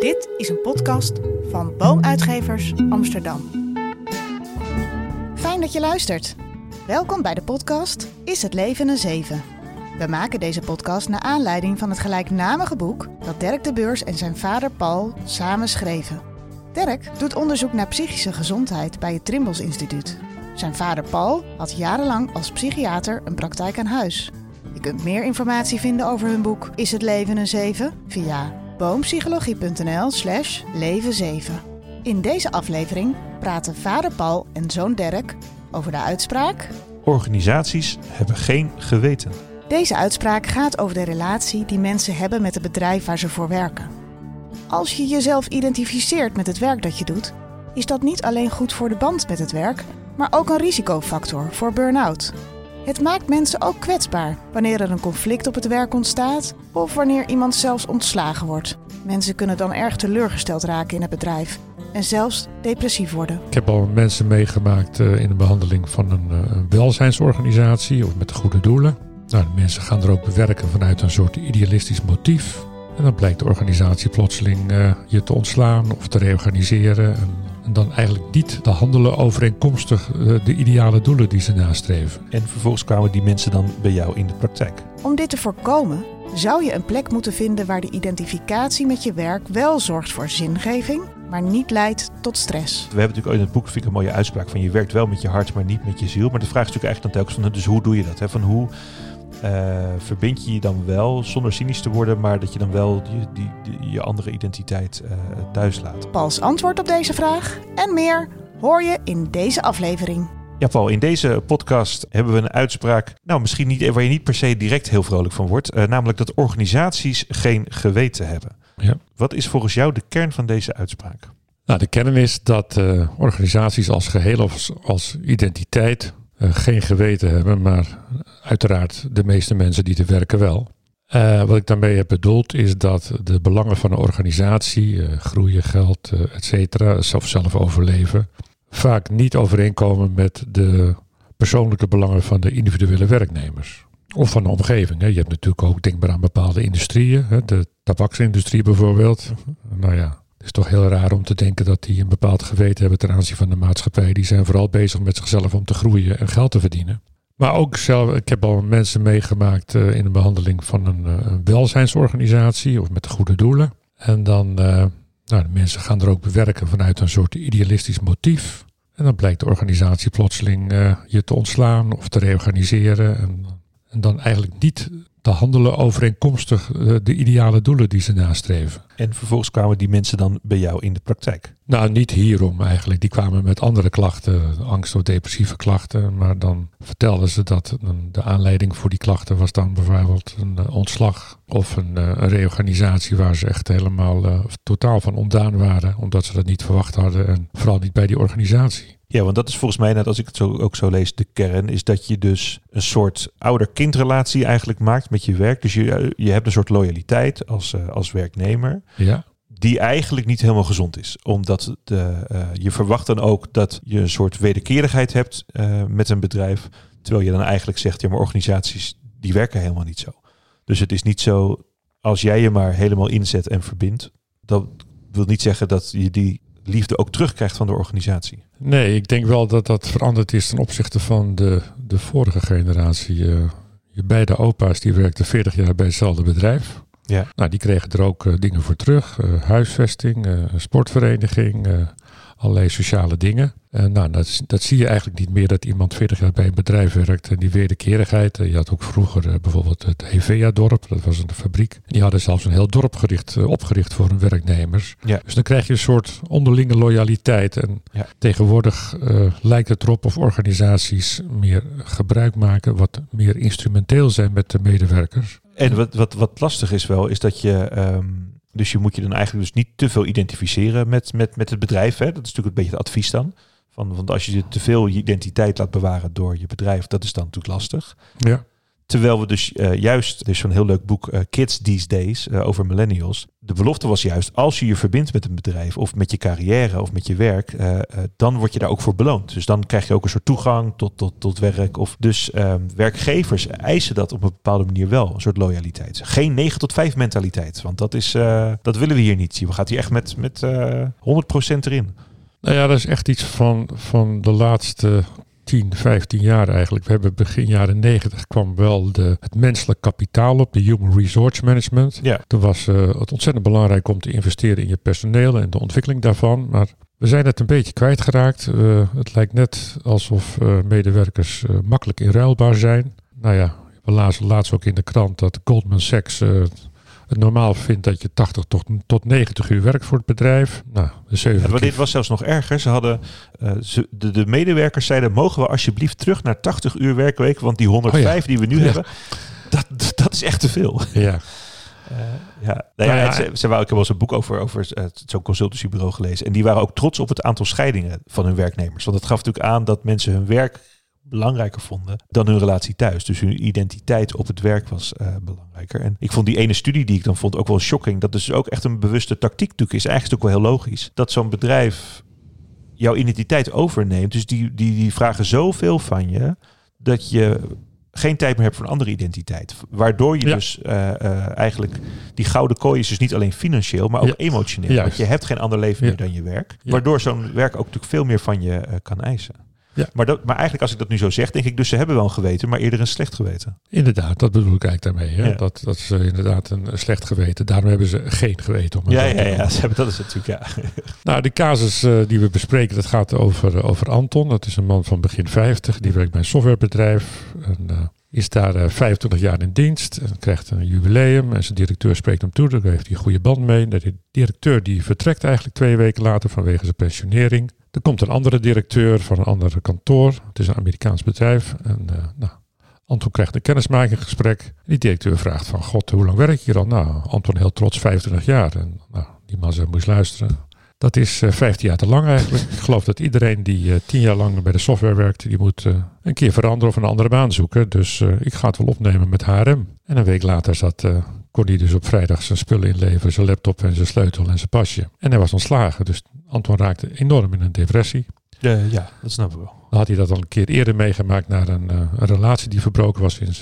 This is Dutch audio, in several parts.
Dit is een podcast van Boomuitgevers Amsterdam. Fijn dat je luistert. Welkom bij de podcast Is het leven een 7? We maken deze podcast naar aanleiding van het gelijknamige boek dat Dirk de Beurs en zijn vader Paul samen schreven. Dirk doet onderzoek naar psychische gezondheid bij het Trimbos Instituut. Zijn vader Paul had jarenlang als psychiater een praktijk aan huis. Je kunt meer informatie vinden over hun boek Is het leven een 7 via boompsychologie.nl/leven7. In deze aflevering praten vader Paul en zoon Dirk over de uitspraak: organisaties hebben geen geweten. Deze uitspraak gaat over de relatie die mensen hebben met het bedrijf waar ze voor werken. Als je jezelf identificeert met het werk dat je doet, is dat niet alleen goed voor de band met het werk, maar ook een risicofactor voor burn-out. Het maakt mensen ook kwetsbaar wanneer er een conflict op het werk ontstaat of wanneer iemand zelfs ontslagen wordt. Mensen kunnen dan erg teleurgesteld raken in het bedrijf en zelfs depressief worden. Ik heb al mensen meegemaakt in de behandeling van een welzijnsorganisatie of met goede doelen. Nou, de mensen gaan er ook werken vanuit een soort idealistisch motief. En dan blijkt de organisatie plotseling je te ontslaan of te reorganiseren. En dan eigenlijk niet te handelen overeenkomstig de ideale doelen die ze nastreven. En vervolgens kwamen die mensen dan bij jou in de praktijk. Om dit te voorkomen zou je een plek moeten vinden waar de identificatie met je werk wel zorgt voor zingeving, maar niet leidt tot stress. We hebben natuurlijk ooit in het boek, vind ik een mooie uitspraak, van je werkt wel met je hart, maar niet met je ziel. Maar de vraag is natuurlijk eigenlijk dan telkens van, dus hoe doe je dat? Hè? Van hoe verbind je dan wel, zonder cynisch te worden, maar dat je dan wel je andere identiteit thuis laat? Pauls antwoord op deze vraag en meer hoor je in deze aflevering. Ja, Paul, in deze podcast hebben we een uitspraak, misschien niet waar je niet per se direct heel vrolijk van wordt, namelijk dat organisaties geen geweten hebben. Ja. Wat is volgens jou de kern van deze uitspraak? Nou, de kern is dat organisaties als geheel of als identiteit geen geweten hebben, maar uiteraard de meeste mensen die te werken wel. Wat ik daarmee heb bedoeld is dat de belangen van een organisatie, groeien, geld, et cetera, zelf overleven, vaak niet overeenkomen met de persoonlijke belangen van de individuele werknemers. Of van de omgeving. Hè. Je hebt natuurlijk ook denkbaar aan bepaalde industrieën. Hè. De tabaksindustrie bijvoorbeeld. Nou ja, het is toch heel raar om te denken dat die een bepaald geweten hebben ten aanzien van de maatschappij. Die zijn vooral bezig met zichzelf om te groeien en geld te verdienen. Maar ook zelf, ik heb al mensen meegemaakt in een behandeling van een welzijnsorganisatie of met goede doelen. En dan, de mensen gaan er ook werken vanuit een soort idealistisch motief. En dan blijkt de organisatie plotseling je te ontslaan of te reorganiseren. En dan eigenlijk niet te handelen overeenkomstig de ideale doelen die ze nastreven. En vervolgens kwamen die mensen dan bij jou in de praktijk? Nou, niet hierom eigenlijk. Die kwamen met andere klachten, angst- of depressieve klachten. Maar dan vertelden ze dat de aanleiding voor die klachten was dan bijvoorbeeld een ontslag of een reorganisatie waar ze echt helemaal totaal van ontdaan waren. Omdat ze dat niet verwacht hadden en vooral niet bij die organisatie. Ja, want dat is volgens mij, net als ik het ook zo lees, de kern is dat je dus een soort ouder-kindrelatie eigenlijk maakt met je werk. Dus je hebt een soort loyaliteit als werknemer. Ja. Die eigenlijk niet helemaal gezond is. Omdat je verwacht dan ook dat je een soort wederkerigheid hebt met een bedrijf. Terwijl je dan eigenlijk zegt, ja, maar organisaties die werken helemaal niet zo. Dus het is niet zo, als jij je maar helemaal inzet en verbindt. Dat wil niet zeggen dat je die liefde ook terugkrijgt van de organisatie. Nee, ik denk wel dat dat veranderd is ten opzichte van de vorige generatie. Je beide opa's die werkten 40 jaar bij hetzelfde bedrijf. Ja. Nou, die kregen er ook dingen voor terug. Huisvesting, sportvereniging, allerlei sociale dingen. Dat zie je eigenlijk niet meer, dat iemand 40 jaar bij een bedrijf werkt. En die wederkerigheid. Je had ook vroeger bijvoorbeeld het Hevea-dorp. Dat was een fabriek. Die hadden zelfs een heel dorp opgericht voor hun werknemers. Ja. Dus dan krijg je een soort onderlinge loyaliteit. En tegenwoordig lijkt het erop of organisaties meer gebruik maken, wat meer instrumenteel zijn met de medewerkers. En wat lastig is wel, is dat je dus je moet je dan eigenlijk dus niet te veel identificeren met het bedrijf. Hè? Dat is natuurlijk een beetje het advies dan. Want als je te veel je identiteit laat bewaren door je bedrijf, dat is dan natuurlijk lastig. Ja. Terwijl we dus juist, er is zo'n heel leuk boek Kids These Days over millennials. De belofte was juist, als je je verbindt met een bedrijf of met je carrière of met je werk, dan word je daar ook voor beloond. Dus dan krijg je ook een soort toegang tot werk. Dus werkgevers eisen dat op een bepaalde manier wel, een soort loyaliteit. Geen 9 tot 5 mentaliteit, want dat willen we hier niet zien. We gaan hier echt met 100% erin. Nou ja, dat is echt iets van de laatste 10, 15 jaar eigenlijk. We hebben begin jaren 90 kwam wel het menselijk kapitaal op, de Human Resource Management. Ja. Toen was het ontzettend belangrijk om te investeren in je personeel en de ontwikkeling daarvan. Maar we zijn het een beetje kwijtgeraakt. Het lijkt net alsof medewerkers makkelijk inruilbaar zijn. Nou ja, we lazen laatst ook in de krant dat Goldman Sachs het normaal vindt dat je 80 tot 90 uur werkt voor het bedrijf. Nou, maar dit was zelfs nog erger. Ze hadden de medewerkers zeiden, mogen we alsjeblieft terug naar 80 uur werkweek, want die 105 die we nu hebben, dat is echt te veel. Ja. Ze wou, ik heb wel eens een boek over zo'n consultancybureau gelezen. En die waren ook trots op het aantal scheidingen van hun werknemers. Want dat gaf natuurlijk aan dat mensen hun werk belangrijker vonden dan hun relatie thuis. Dus hun identiteit op het werk was belangrijker. En ik vond die ene studie die ik dan vond ook wel shocking. Dat dus ook echt een bewuste tactiek natuurlijk is. Eigenlijk ook wel heel logisch. Dat zo'n bedrijf jouw identiteit overneemt. Dus die vragen zoveel van je dat je geen tijd meer hebt voor een andere identiteit. Waardoor je dus eigenlijk die gouden kooi is dus niet alleen financieel, maar ook emotioneel. Juist. Want je hebt geen ander leven meer dan je werk. Ja. Waardoor zo'n werk ook natuurlijk veel meer van je kan eisen. Ja. Maar eigenlijk als ik dat nu zo zeg, denk ik dus ze hebben wel een geweten, maar eerder een slecht geweten. Inderdaad, dat bedoel ik eigenlijk daarmee. Hè? Ja. Dat is inderdaad een slecht geweten. Daarom hebben ze geen geweten. Dat is natuurlijk, Nou, de casus die we bespreken, dat gaat over Anton. Dat is een man van begin 50. Die werkt bij een softwarebedrijf. En, is daar 25 jaar in dienst. En krijgt een jubileum. En zijn directeur spreekt hem toe. Daar heeft hij een goede band mee. De directeur die vertrekt eigenlijk 2 weken later vanwege zijn pensionering. Er komt een andere directeur van een ander kantoor. Het is een Amerikaans bedrijf. En Anton krijgt een kennismakingsgesprek. En die directeur vraagt van, God, hoe lang werk je hier al? Nou, Anton heel trots, 25 jaar. En die man zei, moest luisteren. Dat is 15 jaar te lang eigenlijk. Ik geloof dat iedereen die 10 jaar lang bij de software werkt, die moet een keer veranderen of een andere baan zoeken. Dus ik ga het wel opnemen met HRM. En een week later kon hij dus op vrijdag zijn spullen inleveren, zijn laptop en zijn sleutel en zijn pasje. En hij was ontslagen. Dus Anton raakte enorm in een depressie. Ja, dat snap ik wel. Dan had hij dat al een keer eerder meegemaakt naar een relatie die verbroken was in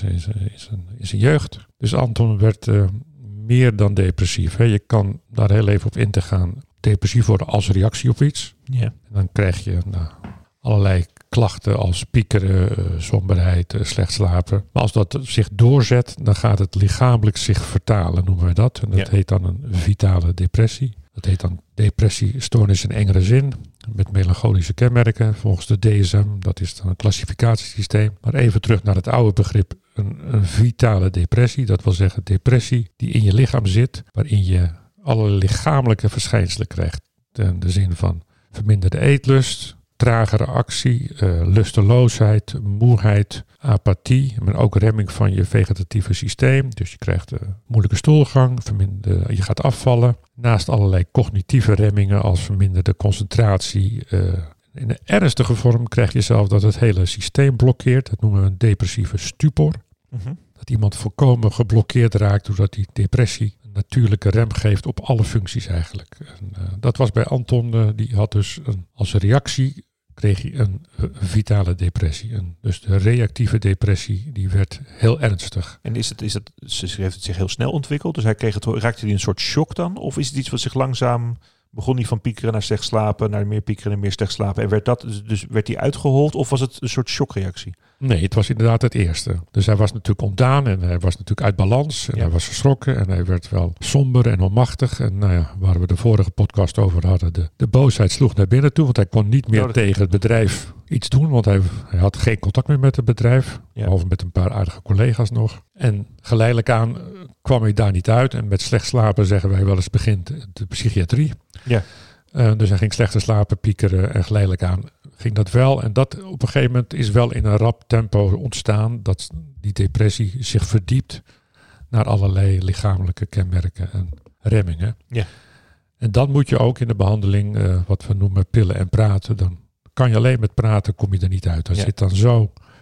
zijn jeugd. Dus Anton werd meer dan depressief. Hè. Je kan daar heel even op in te gaan. Depressief worden als reactie op iets. Ja. En dan krijg je allerlei klachten als piekeren, somberheid, slecht slapen. Maar als dat zich doorzet, dan gaat het lichamelijk zich vertalen, noemen we dat. En dat heet dan een vitale depressie. Dat heet dan depressiestoornis in engere zin, met melancholische kenmerken volgens de DSM. Dat is dan een klassificatiesysteem. Maar even terug naar het oude begrip, een vitale depressie. Dat wil zeggen depressie die in je lichaam zit, waarin je alle lichamelijke verschijnselen krijgt. In de zin van verminderde eetlust, tragere actie, lusteloosheid, moeheid, apathie, maar ook remming van je vegetatieve systeem. Dus je krijgt moeilijke stoelgang, je gaat afvallen. Naast allerlei cognitieve remmingen als verminderde concentratie. In een ernstige vorm krijg je zelf dat het hele systeem blokkeert. Dat noemen we een depressieve stupor. Mm-hmm. Dat iemand volkomen geblokkeerd raakt doordat die depressie een natuurlijke rem geeft op alle functies eigenlijk. En, dat was bij Anton, die had dus als reactie kreeg hij een vitale depressie. Dus de reactieve depressie die werd heel ernstig. En heeft het zich heel snel ontwikkeld? Dus raakte hij een soort shock dan? Of is het iets wat zich langzaam begon hij van piekeren naar slecht slapen, naar meer piekeren en meer slecht slapen? En werd hij uitgehold of was het een soort shockreactie? Nee, het was inderdaad het eerste. Dus hij was natuurlijk ontdaan en hij was natuurlijk uit balans. En hij was geschrokken en hij werd wel somber en onmachtig. En waar we de vorige podcast over hadden, de boosheid sloeg naar binnen toe. Want hij kon niet meer tegen het bedrijf iets doen. Want hij had geen contact meer met het bedrijf. Behalve met een paar aardige collega's nog. En geleidelijk aan kwam hij daar niet uit. En met slecht slapen zeggen wij wel eens begint de psychiatrie. Ja. Dus hij ging slechter slapen, piekeren en geleidelijk aan ging dat wel. En dat op een gegeven moment is wel in een rap tempo ontstaan dat die depressie zich verdiept naar allerlei lichamelijke kenmerken en remmingen. Ja. En dan moet je ook in de behandeling wat we noemen pillen en praten. Dan kan je alleen met praten, kom je er niet uit. Dat zit dan zo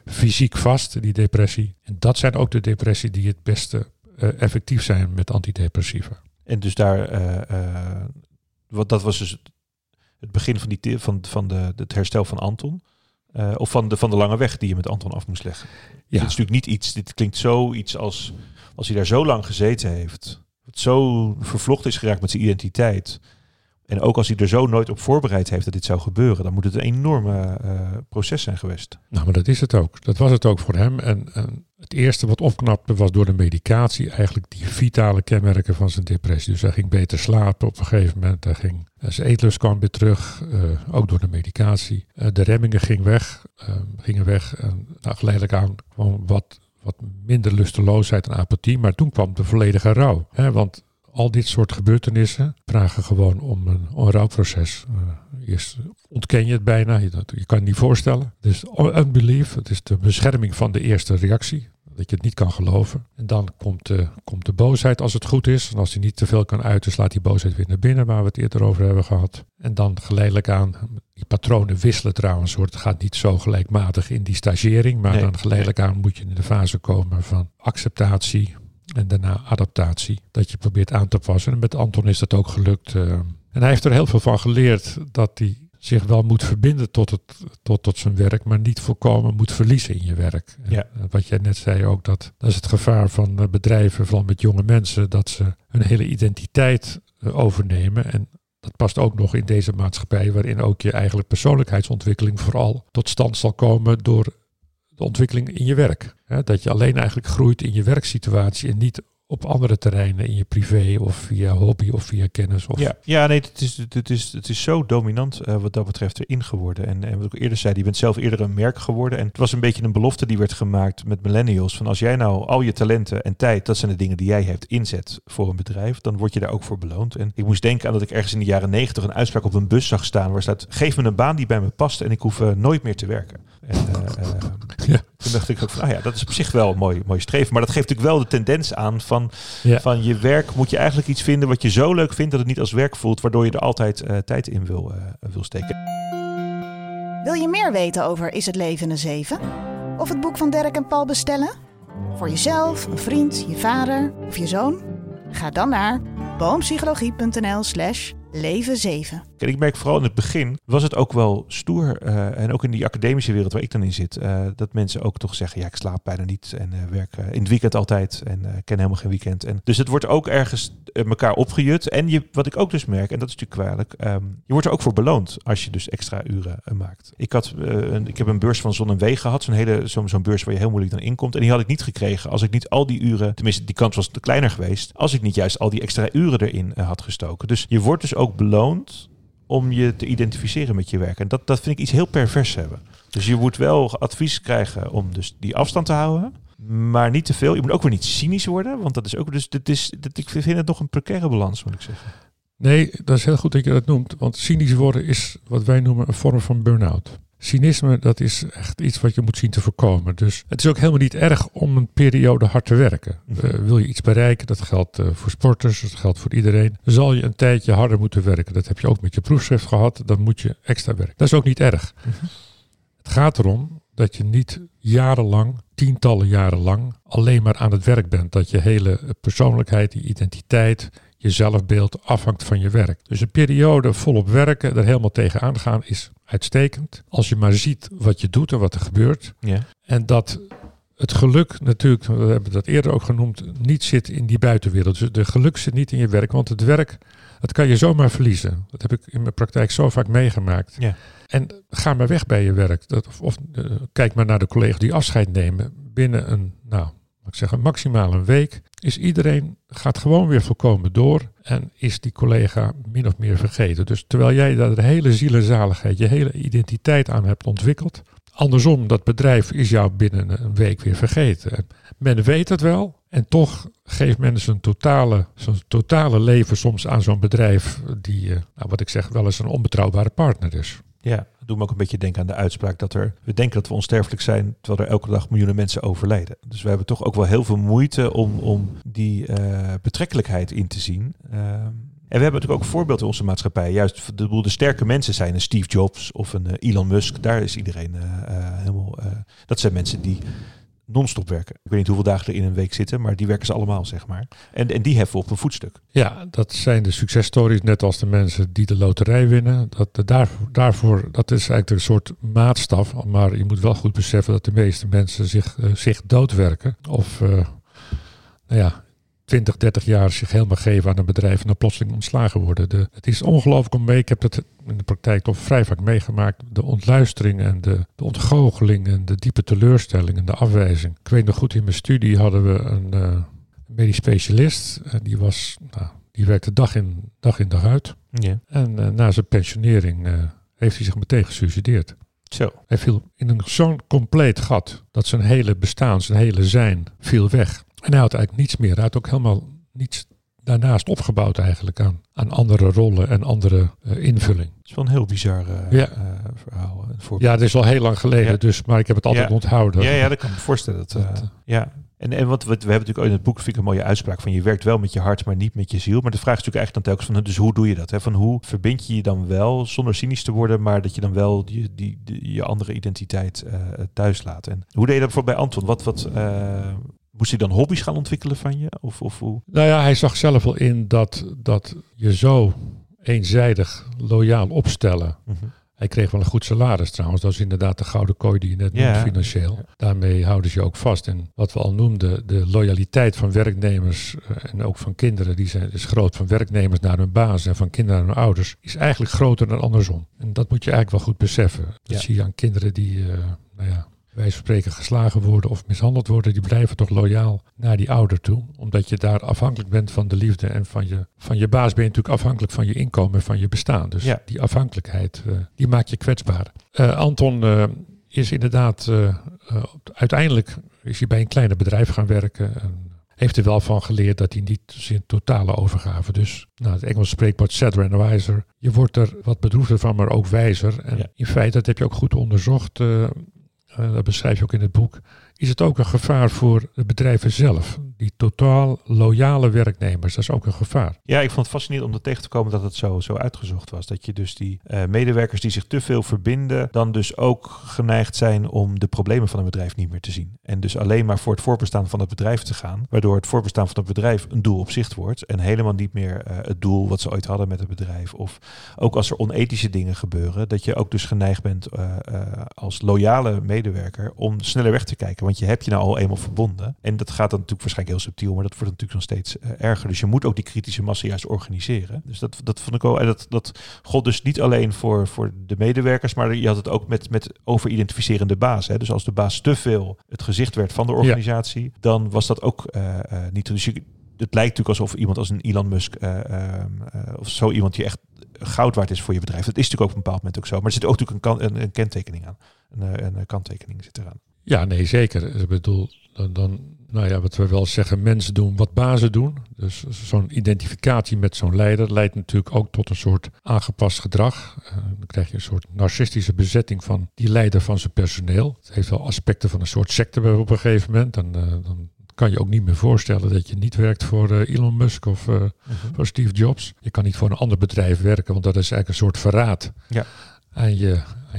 fysiek vast, die depressie. En dat zijn ook de depressies die het beste effectief zijn met antidepressiva. En dus daar, dat was dus het begin van het herstel van Anton. Of van de lange weg die je met Anton af moest leggen. Ja. Dit is natuurlijk niet iets, dit klinkt zoiets als hij daar zo lang gezeten heeft. Wat zo vervlochten is geraakt met zijn identiteit. En ook als hij er zo nooit op voorbereid heeft dat dit zou gebeuren, dan moet het een enorme proces zijn geweest. Nou, maar dat is het ook. Dat was het ook voor hem. En het eerste wat opknapte was door de medicatie eigenlijk die vitale kenmerken van zijn depressie. Dus hij ging beter slapen op een gegeven moment. Zijn eetlust kwam weer terug, ook door de medicatie. De remmingen gingen weg. En geleidelijk aan kwam wat minder lusteloosheid en apathie. Maar toen kwam de volledige rouw. Want al dit soort gebeurtenissen vragen gewoon om een rouwproces. Eerst ontken je het bijna, je kan het niet voorstellen. Dus unbelief, het is de bescherming van de eerste reactie. Dat je het niet kan geloven. En dan komt de boosheid als het goed is. En als hij niet te veel kan uiten, slaat die boosheid weer naar binnen, waar we het eerder over hebben gehad. En dan geleidelijk aan, die patronen wisselen trouwens. Het gaat niet zo gelijkmatig in die stagering. Maar dan geleidelijk aan moet je in de fase komen van acceptatie. En daarna adaptatie, dat je probeert aan te passen. En met Anton is dat ook gelukt. En hij heeft er heel veel van geleerd dat hij zich wel moet verbinden tot zijn werk, maar niet volkomen moet verliezen in je werk. Ja. En wat jij net zei ook, dat is het gevaar van bedrijven, vooral met jonge mensen, dat ze hun hele identiteit overnemen. En dat past ook nog in deze maatschappij, waarin ook je eigenlijk persoonlijkheidsontwikkeling vooral tot stand zal komen door de ontwikkeling in je werk. Dat je alleen eigenlijk groeit in je werksituatie en niet op andere terreinen in je privé of via hobby of via kennis. Het is zo dominant wat dat betreft erin geworden. En wat ik eerder zei, je bent zelf eerder een merk geworden. En het was een beetje een belofte die werd gemaakt met millennials. Van als jij nou al je talenten en tijd, dat zijn de dingen die jij hebt, inzet voor een bedrijf, dan word je daar ook voor beloond. En ik moest denken aan dat ik ergens in de jaren 90 een uitspraak op een bus zag staan waar staat: geef me een baan die bij me past en ik hoef nooit meer te werken. En toen dacht ik ook van, dat is op zich wel een mooi streven. Maar dat geeft natuurlijk wel de tendens aan van je werk moet je eigenlijk iets vinden wat je zo leuk vindt dat het niet als werk voelt, waardoor je er altijd tijd in wil steken. Wil je meer weten over Is het leven een 7? Of het boek van Derek en Paul bestellen? Voor jezelf, een vriend, je vader of je zoon? Ga dan naar boompsychologie.nl/leven7. En ik merk vooral in het begin was het ook wel stoer. En ook in die academische wereld waar ik dan in zit. Dat mensen ook toch zeggen, ik slaap bijna niet. En werk in het weekend altijd. En ken helemaal geen weekend. En dus het wordt ook ergens elkaar opgejut. En wat ik ook dus merk, en dat is natuurlijk kwalijk. Je wordt er ook voor beloond als je dus extra uren maakt. Ik heb een beurs van Zon en Wee gehad. Zo'n beurs waar je heel moeilijk dan inkomt. En die had ik niet gekregen als ik niet al die uren, tenminste die kans was kleiner geweest, als ik niet juist al die extra uren erin had gestoken. Dus je wordt dus ook beloond om je te identificeren met je werk. En dat vind ik iets heel pervers hebben. Dus je moet wel advies krijgen om dus die afstand te houden, maar niet te veel. Je moet ook weer niet cynisch worden, want dat is ook ik vind het nog een precaire balans, moet ik zeggen. Nee, dat is heel goed dat je dat noemt, want cynisch worden is wat wij noemen een vorm van burn-out. Cynisme, dat is echt iets wat je moet zien te voorkomen. Dus het is ook helemaal niet erg om een periode hard te werken. Wil je iets bereiken, dat geldt voor sporters, dat geldt voor iedereen. Dan zal je een tijdje harder moeten werken. Dat heb je ook met je proefschrift gehad, dan moet je extra werken. Dat is ook niet erg. Het gaat erom dat je niet jarenlang, tientallen jaren lang, alleen maar aan het werk bent. Dat je hele persoonlijkheid, je identiteit, je zelfbeeld afhangt van je werk. Dus een periode volop werken, er helemaal tegenaan gaan, is uitstekend. Als je maar ziet wat je doet en wat er gebeurt. Ja. En dat het geluk natuurlijk, we hebben dat eerder ook genoemd, niet zit in die buitenwereld. Dus de geluk zit niet in je werk, want het werk, dat kan je zomaar verliezen. Dat heb ik in mijn praktijk zo vaak meegemaakt. Ja. En ga maar weg bij je werk. Kijk maar naar de collega's die afscheid nemen. Binnen een maximaal een week is iedereen, gaat gewoon weer volkomen door en is die collega min of meer vergeten. Dus terwijl jij daar de hele ziel en zaligheid, je hele identiteit aan hebt ontwikkeld, andersom, dat bedrijf is jou binnen een week weer vergeten. En men weet het wel en toch geeft men zijn totale leven soms aan zo'n bedrijf die, wat ik zeg, wel eens een onbetrouwbare partner is. Ja, dat doet me ook een beetje denken aan de uitspraak dat we denken dat we onsterfelijk zijn, terwijl er elke dag miljoenen mensen overlijden. Dus we hebben toch ook wel heel veel moeite om die betrekkelijkheid in te zien. En we hebben natuurlijk ook voorbeeld in onze maatschappij. Juist de sterke mensen zijn een Steve Jobs of een Elon Musk. Daar is iedereen helemaal Dat zijn mensen die non-stop werken. Ik weet niet hoeveel dagen er in een week zitten, maar die werken ze allemaal, zeg maar. En die heffen op een voetstuk. Ja, dat zijn de successtories, net als de mensen die de loterij winnen. Daarvoor, dat is eigenlijk een soort maatstaf. Maar je moet wel goed beseffen dat de meeste mensen zich doodwerken. Of 20, 30 jaar zich helemaal geven aan een bedrijf en dan plotseling ontslagen worden. Het is ongelooflijk om mee. Ik heb het in de praktijk toch vrij vaak meegemaakt. De ontluistering en de ontgoocheling en de diepe teleurstelling en de afwijzing. Ik weet nog goed, in mijn studie hadden we een medisch specialist. En die werkte dag in dag uit. Ja. En na zijn pensionering heeft hij zich meteen gesuicideerd. Zo. Hij viel in zo'n compleet gat dat zijn hele bestaan, zijn hele zijn viel weg. En hij had eigenlijk niets meer. Hij had ook helemaal niets daarnaast opgebouwd eigenlijk aan andere rollen en andere invulling. Het is wel een heel bizar verhaal. Ja, het is al heel lang geleden, maar ik heb het altijd onthouden. Ja, dat kan ik me voorstellen. En wat we hebben natuurlijk ook in het boek, vind ik een mooie uitspraak van je werkt wel met je hart, maar niet met je ziel. Maar de vraag is natuurlijk eigenlijk dan telkens van, dus hoe doe je dat? Hè? Van hoe verbind je je dan wel, zonder cynisch te worden, maar dat je dan wel je andere identiteit thuis laat. En hoe deed je dat bijvoorbeeld bij Anton? Moest hij dan hobby's gaan ontwikkelen van je? Of hoe? Nou ja, hij zag zelf wel in dat je zo eenzijdig loyaal opstellen. Mm-hmm. Hij kreeg wel een goed salaris trouwens. Dat is inderdaad de gouden kooi die je net noemt financieel. Ja. Daarmee houden ze je ook vast. En wat we al noemden, de loyaliteit van werknemers en ook van kinderen, die is groot. Van werknemers naar hun baas en van kinderen naar hun ouders, is eigenlijk groter dan andersom. En dat moet je eigenlijk wel goed beseffen. Dat zie je aan kinderen die, wij van spreken geslagen worden of mishandeld worden, die blijven toch loyaal naar die ouder toe. Omdat je daar afhankelijk bent van de liefde en van je baas ben je natuurlijk afhankelijk van je inkomen en van je bestaan. Dus die afhankelijkheid, die maakt je kwetsbaar. Anton is inderdaad, uiteindelijk is hij bij een kleiner bedrijf gaan werken. En heeft er wel van geleerd dat hij niet zijn totale overgave. Dus het Engelse spreekwoord sadder and wiser. Je wordt er wat bedroefder van, maar ook wijzer. En in feite, dat heb je ook goed onderzocht. Dat beschrijf je ook in het boek. Is het ook een gevaar voor de bedrijven zelf? Die totaal loyale werknemers, dat is ook een gevaar. Ja, ik vond het fascinerend om er tegen te komen dat het zo uitgezocht was. Dat je dus die medewerkers die zich te veel verbinden, dan dus ook geneigd zijn om de problemen van een bedrijf niet meer te zien. En dus alleen maar voor het voortbestaan van het bedrijf te gaan. Waardoor het voortbestaan van het bedrijf een doel op zich wordt. En helemaal niet meer het doel wat ze ooit hadden met het bedrijf. Of ook als er onethische dingen gebeuren, dat je ook dus geneigd bent als loyale medewerker om sneller weg te kijken. Want je hebt je nou al eenmaal verbonden. En dat gaat dan natuurlijk waarschijnlijk heel subtiel, maar dat wordt natuurlijk nog steeds erger. Dus je moet ook die kritische massa juist organiseren. Dus dat vond ik wel. En dat gold dus niet alleen voor de medewerkers, maar je had het ook met overidentificerende baas. Hè. Dus als de baas te veel het gezicht werd van de organisatie, dan was dat ook niet. Dus het lijkt natuurlijk alsof iemand als een Elon Musk of zo iemand die echt goud waard is voor je bedrijf. Dat is natuurlijk ook op een bepaald moment ook zo. Maar er zit ook natuurlijk een kenttekening aan. Een kanttekening zit eraan. Ja, nee, zeker. Ik bedoel, wat we wel zeggen, mensen doen wat bazen doen. Dus zo'n identificatie met zo'n leider leidt natuurlijk ook tot een soort aangepast gedrag. Dan krijg je een soort narcistische bezetting van die leider van zijn personeel. Het heeft wel aspecten van een soort secte op een gegeven moment. Dan kan je ook niet meer voorstellen dat je niet werkt voor Elon Musk of voor Steve Jobs. Je kan niet voor een ander bedrijf werken, want dat is eigenlijk een soort verraad aan je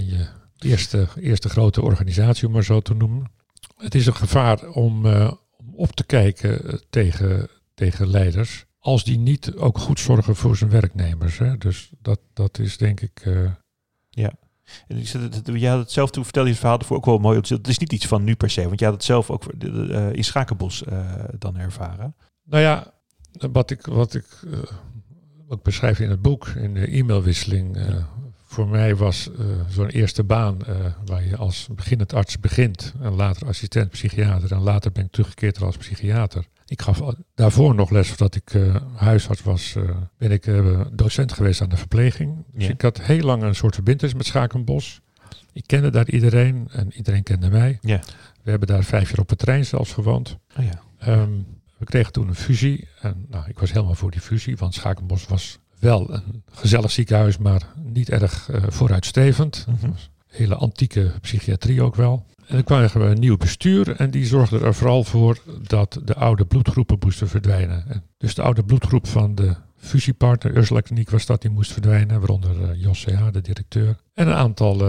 eerste grote organisatie, om maar zo te noemen. Het is een gevaar om op te kijken tegen leiders, als die niet ook goed zorgen voor zijn werknemers. Hè? Dus dat is denk ik. Ja. En je had het zelf, toen vertelde je het verhaal ervoor ook wel mooi. Het is niet iets van nu per se, want je had het zelf ook in Schakenbos dan ervaren. Nou ja, wat ik beschrijf in het boek, in de e-mailwisseling. Voor mij was zo'n eerste baan waar je als beginnend arts begint. En later assistent psychiater. En later ben ik teruggekeerd als psychiater. Ik gaf daarvoor nog les, voordat ik huisarts was, ben ik docent geweest aan de verpleging. Dus ik had heel lang een soort verbintenis met Schakenbos. Ik kende daar iedereen en iedereen kende mij. Ja. We hebben daar 5 jaar op het terrein zelfs gewoond. Oh ja. We kregen toen een fusie. En ik was helemaal voor die fusie, want Schakenbos was wel een gezellig ziekenhuis, maar niet erg vooruitstrevend. Mm-hmm. Hele antieke psychiatrie ook wel. En dan kwamen we een nieuw bestuur en die zorgde er vooral voor dat de oude bloedgroepen moesten verdwijnen. En dus de oude bloedgroep van de fusiepartner, Ursula Kliniek was dat, die moest verdwijnen, waaronder Jos C.H., de directeur. En een aantal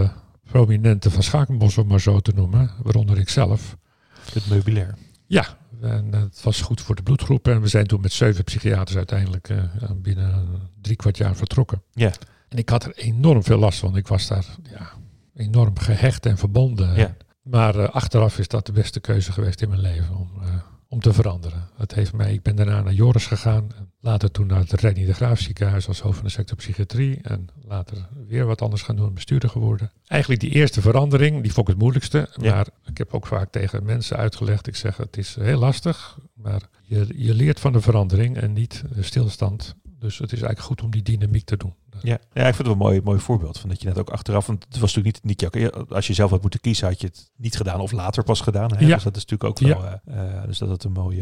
prominenten van Schakenbos, om maar zo te noemen, waaronder ik zelf. Het meubilair. Ja, en het was goed voor de bloedgroep. En we zijn toen met 7 psychiaters uiteindelijk binnen 3/4 jaar vertrokken. Ja. En ik had er enorm veel last van. Ik was daar enorm gehecht en verbonden. Ja. Maar achteraf is dat de beste keuze geweest in mijn leven om te veranderen. Ik ben daarna naar Joris gegaan. Later toen naar het Reinier de Graaf ziekenhuis als hoofd van de sector psychiatrie. En later weer wat anders gaan doen, bestuurder geworden. Eigenlijk die eerste verandering, die vond ik het moeilijkste. Ja. Maar ik heb ook vaak tegen mensen uitgelegd. Ik zeg, het is heel lastig. Maar je leert van de verandering en niet de stilstand. Dus het is eigenlijk goed om die dynamiek te doen. Ja, ik vind het wel een mooi voorbeeld. Van dat je net ook achteraf, want het was natuurlijk niet jouw, als je zelf had moeten kiezen, had je het niet gedaan of later pas gedaan. Hè? Ja. Dus dat is natuurlijk ook wel, dus dat het een mooie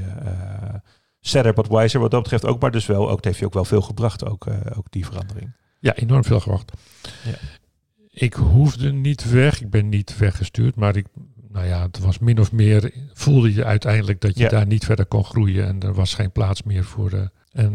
sadder but wiser wat dat betreft ook. Maar dus wel, ook, het heeft je ook wel veel gebracht, ook die verandering. Ja, enorm veel gebracht. Ja. Ik hoefde niet weg, ik ben niet weggestuurd, maar het was min of meer, voelde je uiteindelijk dat je daar niet verder kon groeien en er was geen plaats meer voor.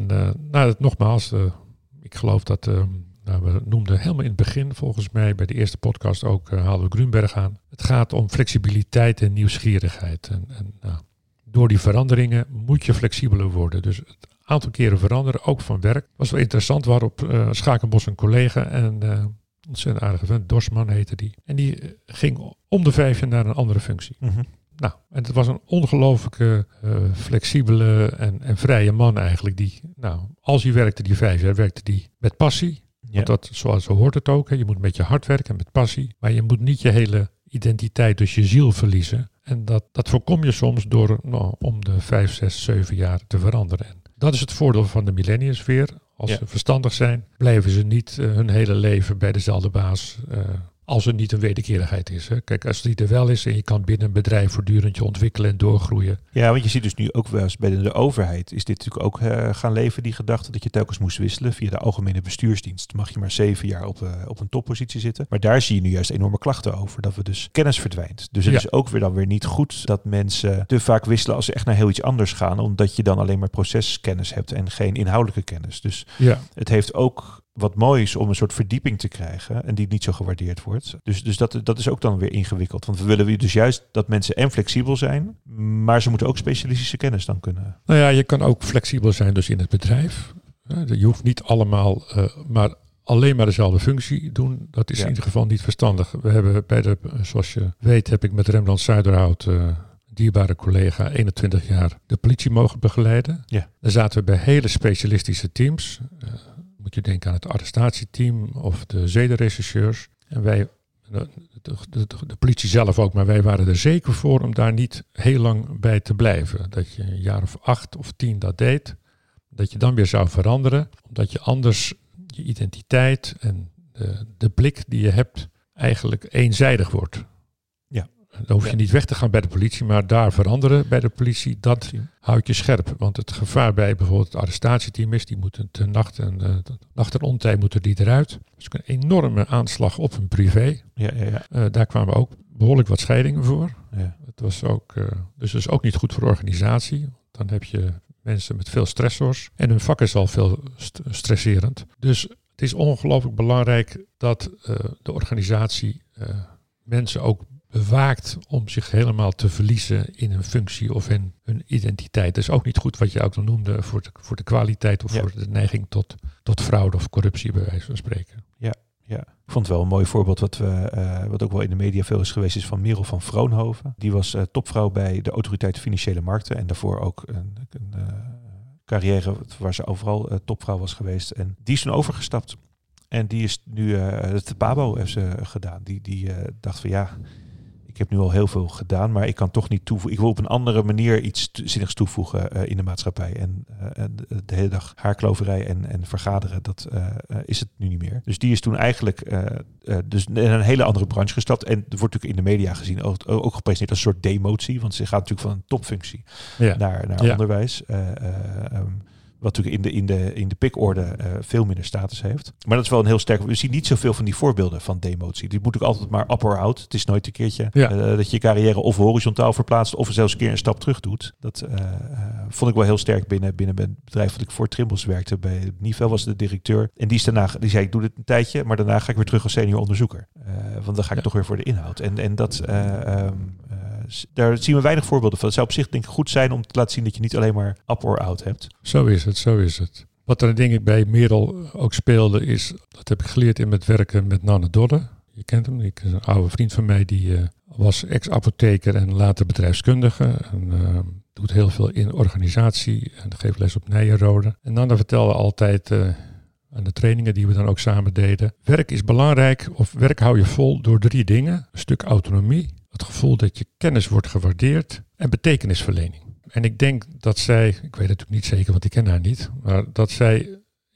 Nogmaals, ik geloof dat, we noemden helemaal in het begin volgens mij bij de eerste podcast ook, haalden we Grunberg aan. Het gaat om flexibiliteit en nieuwsgierigheid. Door die veranderingen moet je flexibeler worden. Dus het aantal keren veranderen, ook van werk. Was wel interessant, waarop Schakenbos een collega en ontzettend aardige vent, Dorsman heette die. En die ging om de 5 jaar naar een andere functie. Mm-hmm. En het was een ongelooflijke, flexibele en vrije man eigenlijk. Als hij werkte die 5 jaar, werkte die met passie. Ja. Want zo hoort het ook. Hè. Je moet met je hart werken, met passie. Maar je moet niet je hele identiteit, dus je ziel verliezen. En dat voorkom je soms door om de 5, 6, 7 jaar te veranderen. En dat is het voordeel van de millennials weer. Als ze verstandig zijn, blijven ze niet hun hele leven bij dezelfde baas. Als er niet een wederkerigheid is. Hè. Kijk, als die er wel is en je kan binnen een bedrijf voortdurend je ontwikkelen en doorgroeien. Ja, want je ziet dus nu ook wel eens bij de overheid is dit natuurlijk ook gaan leven, die gedachte dat je telkens moest wisselen. Via de algemene bestuursdienst mag je maar 7 jaar op een toppositie zitten. Maar daar zie je nu juist enorme klachten over, dat we dus kennis verdwijnt. Dus het is ook weer niet goed dat mensen te vaak wisselen als ze echt naar heel iets anders gaan, omdat je dan alleen maar proceskennis hebt en geen inhoudelijke kennis. Dus het heeft ook wat mooi is om een soort verdieping te krijgen en die niet zo gewaardeerd wordt. Dus dat is ook dan weer ingewikkeld. Want we willen dus juist dat mensen en flexibel zijn, maar ze moeten ook specialistische kennis dan kunnen. Nou ja, je kan ook flexibel zijn dus in het bedrijf. Je hoeft niet allemaal, maar alleen maar dezelfde functie doen. Dat is in ieder geval niet verstandig. We hebben zoals je weet, heb ik met Rembrandt Zuiderhout, dierbare collega, 21 jaar de politie mogen begeleiden. Ja. Daar zaten we bij hele specialistische teams. Moet je denken aan het arrestatieteam of de zedenrechercheurs. En wij, de politie zelf ook, maar wij waren er zeker voor om daar niet heel lang bij te blijven. Dat je een jaar of 8 of 10 dat deed. Dat je dan weer zou veranderen. Omdat je anders je identiteit en de blik die je hebt eigenlijk eenzijdig wordt. Ja. Dan hoef je niet weg te gaan bij de politie, maar daar veranderen bij de politie, dat houdt je scherp. Want het gevaar bij bijvoorbeeld het arrestatieteam is, die moeten de nacht en ontijd moeten die eruit. Dus een enorme aanslag op hun privé. Daar kwamen ook behoorlijk wat scheidingen voor. Ja. Het was ook, dus dat is ook niet goed voor de organisatie. Dan heb je mensen met veel stressors en hun vak is al veel stresserend. Dus het is ongelooflijk belangrijk dat de organisatie mensen ook bewaakt om zich helemaal te verliezen in een functie of in hun identiteit. Dat is ook niet goed wat je ook al noemde voor de kwaliteit of voor de neiging tot fraude of corruptie, bij wijze van spreken. Ja. Ik vond het wel een mooi voorbeeld wat ook wel in de media veel is geweest, is van Merel van Vroonhoven. Die was topvrouw bij de Autoriteit Financiële Markten en daarvoor ook een carrière waar ze overal topvrouw was geweest. En die is toen overgestapt. En die is nu, de Pabo heeft ze gedaan. Die dacht van ik heb nu al heel veel gedaan, maar ik kan toch niet toevoegen. Ik wil op een andere manier iets zinnigs toevoegen in de maatschappij. En de hele dag haarkloverij en vergaderen, dat is het nu niet meer. Dus die is toen eigenlijk dus in een hele andere branche gestapt. En er wordt natuurlijk in de media gezien ook gepresenteerd als een soort demotie. Want ze gaat natuurlijk van een topfunctie naar onderwijs. Wat natuurlijk in de pikorde veel minder status heeft. Maar dat is wel een heel sterk... We zien niet zoveel van die voorbeelden van demotie. Die moet ook altijd maar up or out. Het is nooit een keertje dat je je carrière of horizontaal verplaatst... of zelfs een keer een stap terug doet. Dat vond ik wel heel sterk binnen het bedrijf wat ik voor Trimbos werkte. Bij Nivel was de directeur. En die zei, ik doe dit een tijdje... maar daarna ga ik weer terug als senior onderzoeker. Want dan ga ik toch weer voor de inhoud. En dat... daar zien we weinig voorbeelden van. Het zou op zich denk ik goed zijn om te laten zien dat je niet alleen maar up or out hebt. Zo is het. Wat er denk ik bij Merel ook speelde is, dat heb ik geleerd in het werken met Nanne Dodde. Je kent hem, ik is een oude vriend van mij, die was ex-apotheker en later bedrijfskundige. En doet heel veel in organisatie en geeft les op Nijenrode. En Nanne vertelde altijd aan de trainingen die we dan ook samen deden. Werk is belangrijk, of werk hou je vol door 3 dingen. Een stuk autonomie, het gevoel dat je kennis wordt gewaardeerd en betekenisverlening. En ik denk dat zij, ik weet het natuurlijk niet zeker, want ik ken haar niet, maar dat zij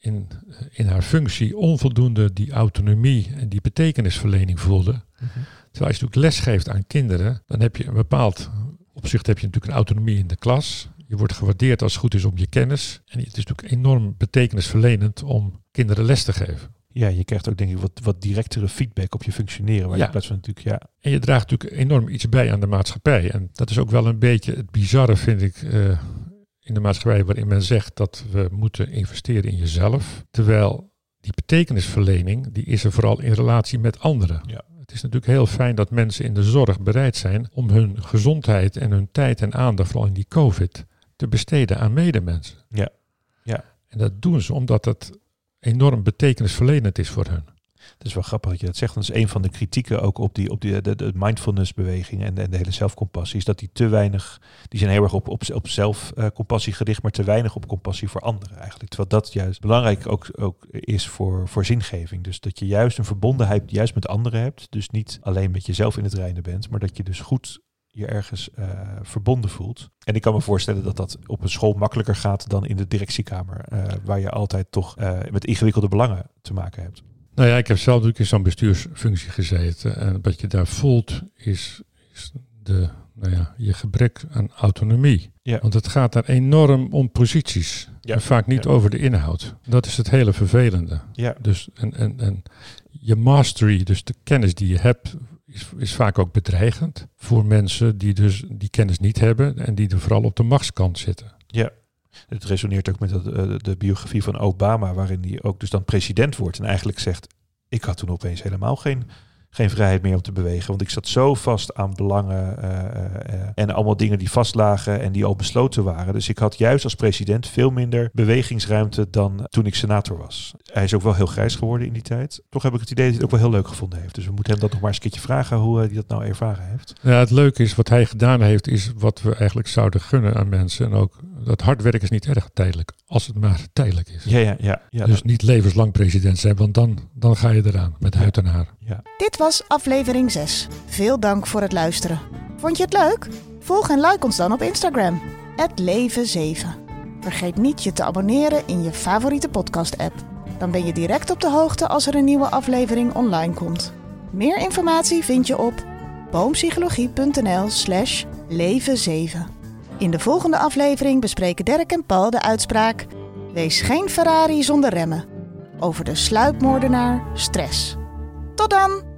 in haar functie onvoldoende die autonomie en die betekenisverlening voelde. Mm-hmm. Terwijl als je natuurlijk les geeft aan kinderen, dan heb je een bepaald opzicht, heb je natuurlijk een autonomie in de klas. Je wordt gewaardeerd als het goed is om je kennis. En het is natuurlijk enorm betekenisverlenend om kinderen les te geven. Ja, je krijgt ook denk ik wat directere feedback op je functioneren. Waar je in plaats van natuurlijk, En je draagt natuurlijk enorm iets bij aan de maatschappij. En dat is ook wel een beetje het bizarre, vind ik, in de maatschappij waarin men zegt dat we moeten investeren in jezelf. Terwijl die betekenisverlening, die is er vooral in relatie met anderen. Ja. Het is natuurlijk heel fijn dat mensen in de zorg bereid zijn om hun gezondheid en hun tijd en aandacht, vooral in die COVID, te besteden aan medemensen. Ja. En dat doen ze omdat het enorm betekenisverlenend is voor hun. Het is wel grappig dat je dat zegt. Dat is een van de kritieken ook op de mindfulness-beweging en de hele zelfcompassie. Is dat die te weinig, die zijn heel erg op zelfcompassie gericht, maar te weinig op compassie voor anderen eigenlijk. Terwijl dat juist belangrijk ook is voor zingeving. Dus dat je juist een verbondenheid juist met anderen hebt. Dus niet alleen met jezelf in het reinen bent, maar dat je dus goed je ergens verbonden voelt. En ik kan me voorstellen dat dat op een school makkelijker gaat dan in de directiekamer. Waar je altijd toch met ingewikkelde belangen te maken hebt. Nou ja, ik heb zelf natuurlijk in zo'n bestuursfunctie gezeten. En wat je daar voelt is je gebrek aan autonomie. Ja. Want het gaat daar enorm om posities. Ja. En vaak niet over de inhoud. Dat is het hele vervelende. Ja. Dus en je mastery, dus de kennis die je hebt, is vaak ook bedreigend voor mensen die dus die kennis niet hebben en die er vooral op de machtskant zitten. Ja. Het resoneert ook met de biografie van Obama, waarin hij ook dus dan president wordt en eigenlijk zegt, ik had toen opeens helemaal geen vrijheid meer om te bewegen, want ik zat zo vast aan belangen en allemaal dingen die vastlagen en die al besloten waren. Dus ik had juist als president veel minder bewegingsruimte dan toen ik senator was. Hij is ook wel heel grijs geworden in die tijd. Toch heb ik het idee dat hij het ook wel heel leuk gevonden heeft. Dus we moeten hem dat nog maar eens een keertje vragen hoe hij dat nou ervaren heeft. Ja, het leuke is, wat hij gedaan heeft, is wat we eigenlijk zouden gunnen aan mensen. En ook dat hard werken is niet erg tijdelijk, als het maar tijdelijk is. Ja, dus niet levenslang president zijn, want dan ga je eraan met huid en haar. Ja. Dit was aflevering 6. Veel dank voor het luisteren. Vond je het leuk? Volg en like ons dan op Instagram, @leven7. Vergeet niet je te abonneren in je favoriete podcast-app. Dan ben je direct op de hoogte als er een nieuwe aflevering online komt. Meer informatie vind je op boompsychologie.nl/leven7. In de volgende aflevering bespreken Dirk en Paul de uitspraak: wees geen Ferrari zonder remmen. Over de sluipmoordenaar stress. Tot dan!